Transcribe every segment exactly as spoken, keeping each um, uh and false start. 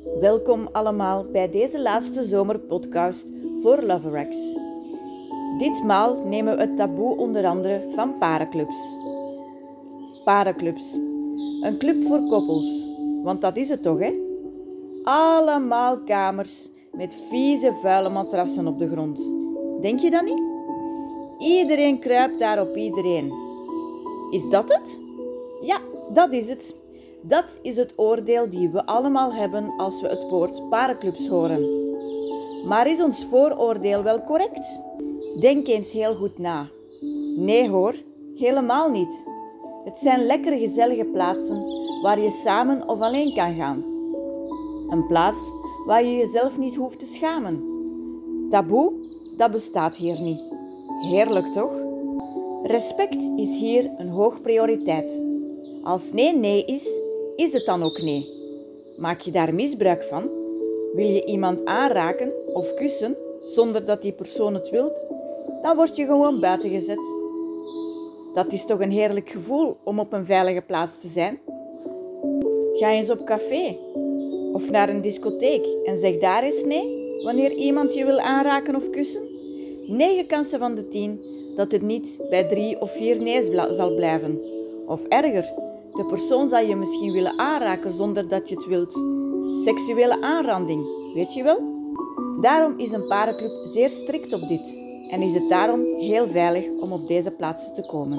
Welkom allemaal bij deze laatste zomerpodcast voor Loverx. Ditmaal nemen we het taboe onder andere van parenclubs. Parenclubs. Een club voor koppels. Want dat is het toch, hè? Allemaal kamers met vieze, vuile matrassen op de grond. Denk je dat niet? Iedereen kruipt daar op iedereen. Is dat het? Ja, dat is het. Dat is het oordeel die we allemaal hebben als we het woord parenclubs horen. Maar is ons vooroordeel wel correct? Denk eens heel goed na. Nee hoor, helemaal niet. Het zijn lekkere gezellige plaatsen waar je samen of alleen kan gaan. Een plaats waar je jezelf niet hoeft te schamen. Taboe, dat bestaat hier niet. Heerlijk toch? Respect is hier een hoog prioriteit. Als nee nee is, is het dan ook nee. Maak je daar misbruik van? Wil je iemand aanraken of kussen zonder dat die persoon het wil? Dan word je gewoon buiten gezet. Dat is toch een heerlijk gevoel om op een veilige plaats te zijn? Ga eens op café of naar een discotheek en zeg daar eens nee wanneer iemand je wil aanraken of kussen. Negen kansen van de tien dat het niet bij drie of vier nee's zal blijven. Of erger, de persoon zal je misschien willen aanraken zonder dat je het wilt. Seksuele aanranding, weet je wel? Daarom is een parenclub zeer strikt op dit en is het daarom heel veilig om op deze plaatsen te komen.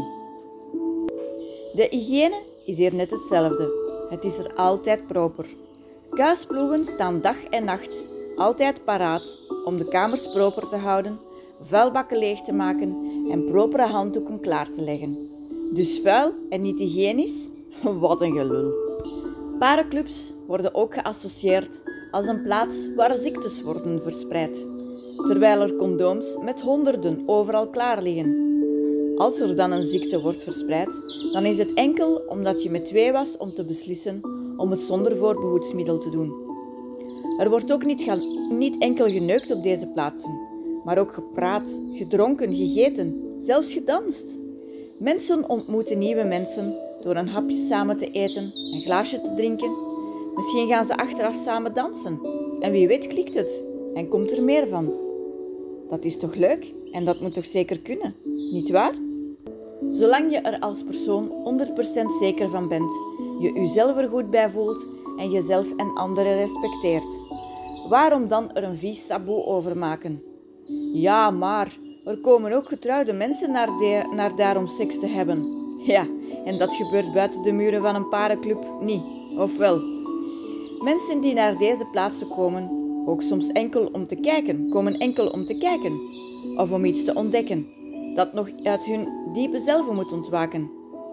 De hygiëne is hier net hetzelfde. Het is er altijd proper. Kuisploegen staan dag en nacht altijd paraat om de kamers proper te houden, vuilbakken leeg te maken en propere handdoeken klaar te leggen. Dus vuil en niet hygiënisch? Wat een gelul. Parenclubs worden ook geassocieerd als een plaats waar ziektes worden verspreid, terwijl er condooms met honderden overal klaar liggen. Als er dan een ziekte wordt verspreid, dan is het enkel omdat je met twee was om te beslissen om het zonder voorbehoedsmiddel te doen. Er wordt ook niet, ga- niet enkel geneukt op deze plaatsen, maar ook gepraat, gedronken, gegeten, zelfs gedanst. Mensen ontmoeten nieuwe mensen door een hapje samen te eten, een glaasje te drinken. Misschien gaan ze achteraf samen dansen. En wie weet klikt het en komt er meer van. Dat is toch leuk en dat moet toch zeker kunnen, niet waar? Zolang je er als persoon honderd procent zeker van bent, je jezelf er goed bij voelt en jezelf en anderen respecteert. Waarom dan er een vies taboe over maken? Ja, maar er komen ook getrouwde mensen naar, de, naar daar om seks te hebben. Ja, en dat gebeurt buiten de muren van een parenclub niet, of wel? Mensen die naar deze plaatsen komen, ook soms enkel om te kijken, komen enkel om te kijken. Of om iets te ontdekken, dat nog uit hun diepe zelf moet ontwaken.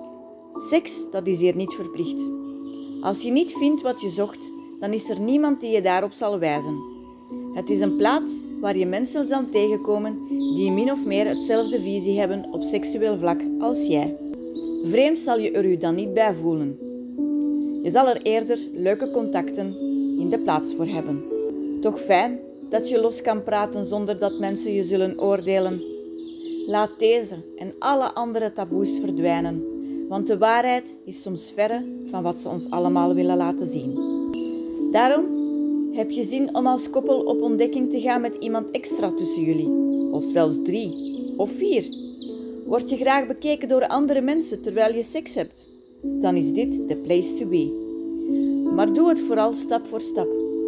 Seks, dat is hier niet verplicht. Als je niet vindt wat je zocht, dan is er niemand die je daarop zal wijzen. Het is een plaats waar je mensen zal tegenkomen die min of meer hetzelfde visie hebben op seksueel vlak als jij. Vreemd zal je er u dan niet bij voelen. Je zal er eerder leuke contacten in de plaats voor hebben. Toch fijn dat je los kan praten zonder dat mensen je zullen oordelen. Laat deze en alle andere taboes verdwijnen, want de waarheid is soms verre van wat ze ons allemaal willen laten zien. Daarom heb je zin om als koppel op ontdekking te gaan met iemand extra tussen jullie, of zelfs drie of vier. Word je graag bekeken door andere mensen terwijl je seks hebt? Dan is dit the place to be. Maar doe het vooral stap voor stap.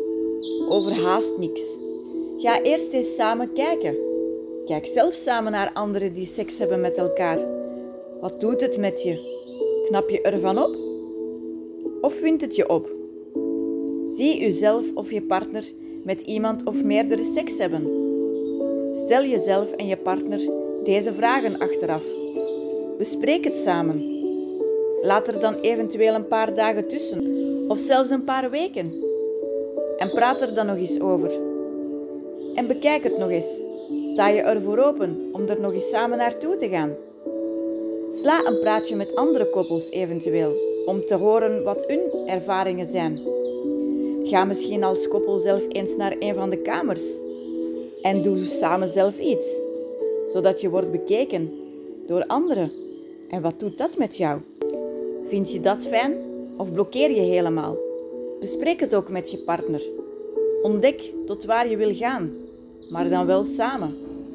Overhaast niks. Ga eerst eens samen kijken. Kijk zelf samen naar anderen die seks hebben met elkaar. Wat doet het met je? Knap je ervan op? Of wint het je op? Zie jezelf of je partner met iemand of meerdere seks hebben. Stel jezelf en je partner deze vragen achteraf. Bespreek het samen. Laat er dan eventueel een paar dagen tussen, of zelfs een paar weken. En praat er dan nog eens over. En bekijk het nog eens. Sta je ervoor open om er nog eens samen naartoe te gaan? Sla een praatje met andere koppels eventueel, om te horen wat hun ervaringen zijn. Ga misschien als koppel zelf eens naar een van de kamers. En doe samen zelf iets, zodat je wordt bekeken door anderen. En wat doet dat met jou? Vind je dat fijn of blokkeer je helemaal? Bespreek het ook met je partner. Ontdek tot waar je wil gaan, maar dan wel samen.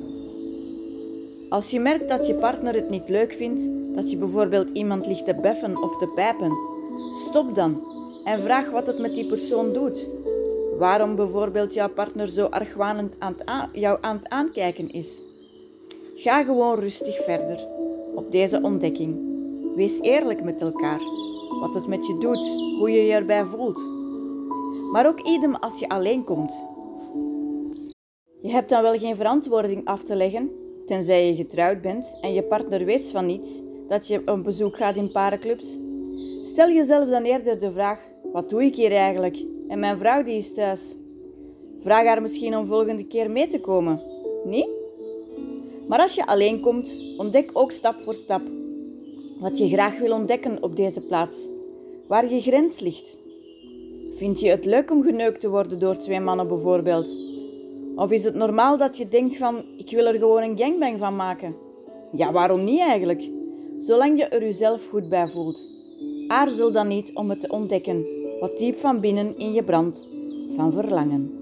Als je merkt dat je partner het niet leuk vindt, dat je bijvoorbeeld iemand ligt te beffen of te pijpen, stop dan en vraag wat het met die persoon doet. Waarom bijvoorbeeld jouw partner zo argwanend aan het aan, jou aan het aankijken is. Ga gewoon rustig verder op deze ontdekking. Wees eerlijk met elkaar. Wat het met je doet, hoe je je erbij voelt. Maar ook idem als je alleen komt. Je hebt dan wel geen verantwoording af te leggen, tenzij je getrouwd bent en je partner weet van niets dat je op bezoek gaat in parenclubs. Stel jezelf dan eerder de vraag, wat doe ik hier eigenlijk? En mijn vrouw die is thuis. Vraag haar misschien om volgende keer mee te komen. Nee? Maar als je alleen komt, ontdek ook stap voor stap wat je graag wil ontdekken op deze plaats, waar je grens ligt. Vind je het leuk om geneukt te worden door twee mannen bijvoorbeeld? Of is het normaal dat je denkt van, ik wil er gewoon een gangbang van maken? Ja, waarom niet eigenlijk? Zolang je er jezelf goed bij voelt. Aarzel dan niet om het te ontdekken, wat diep van binnen in je brandt van verlangen.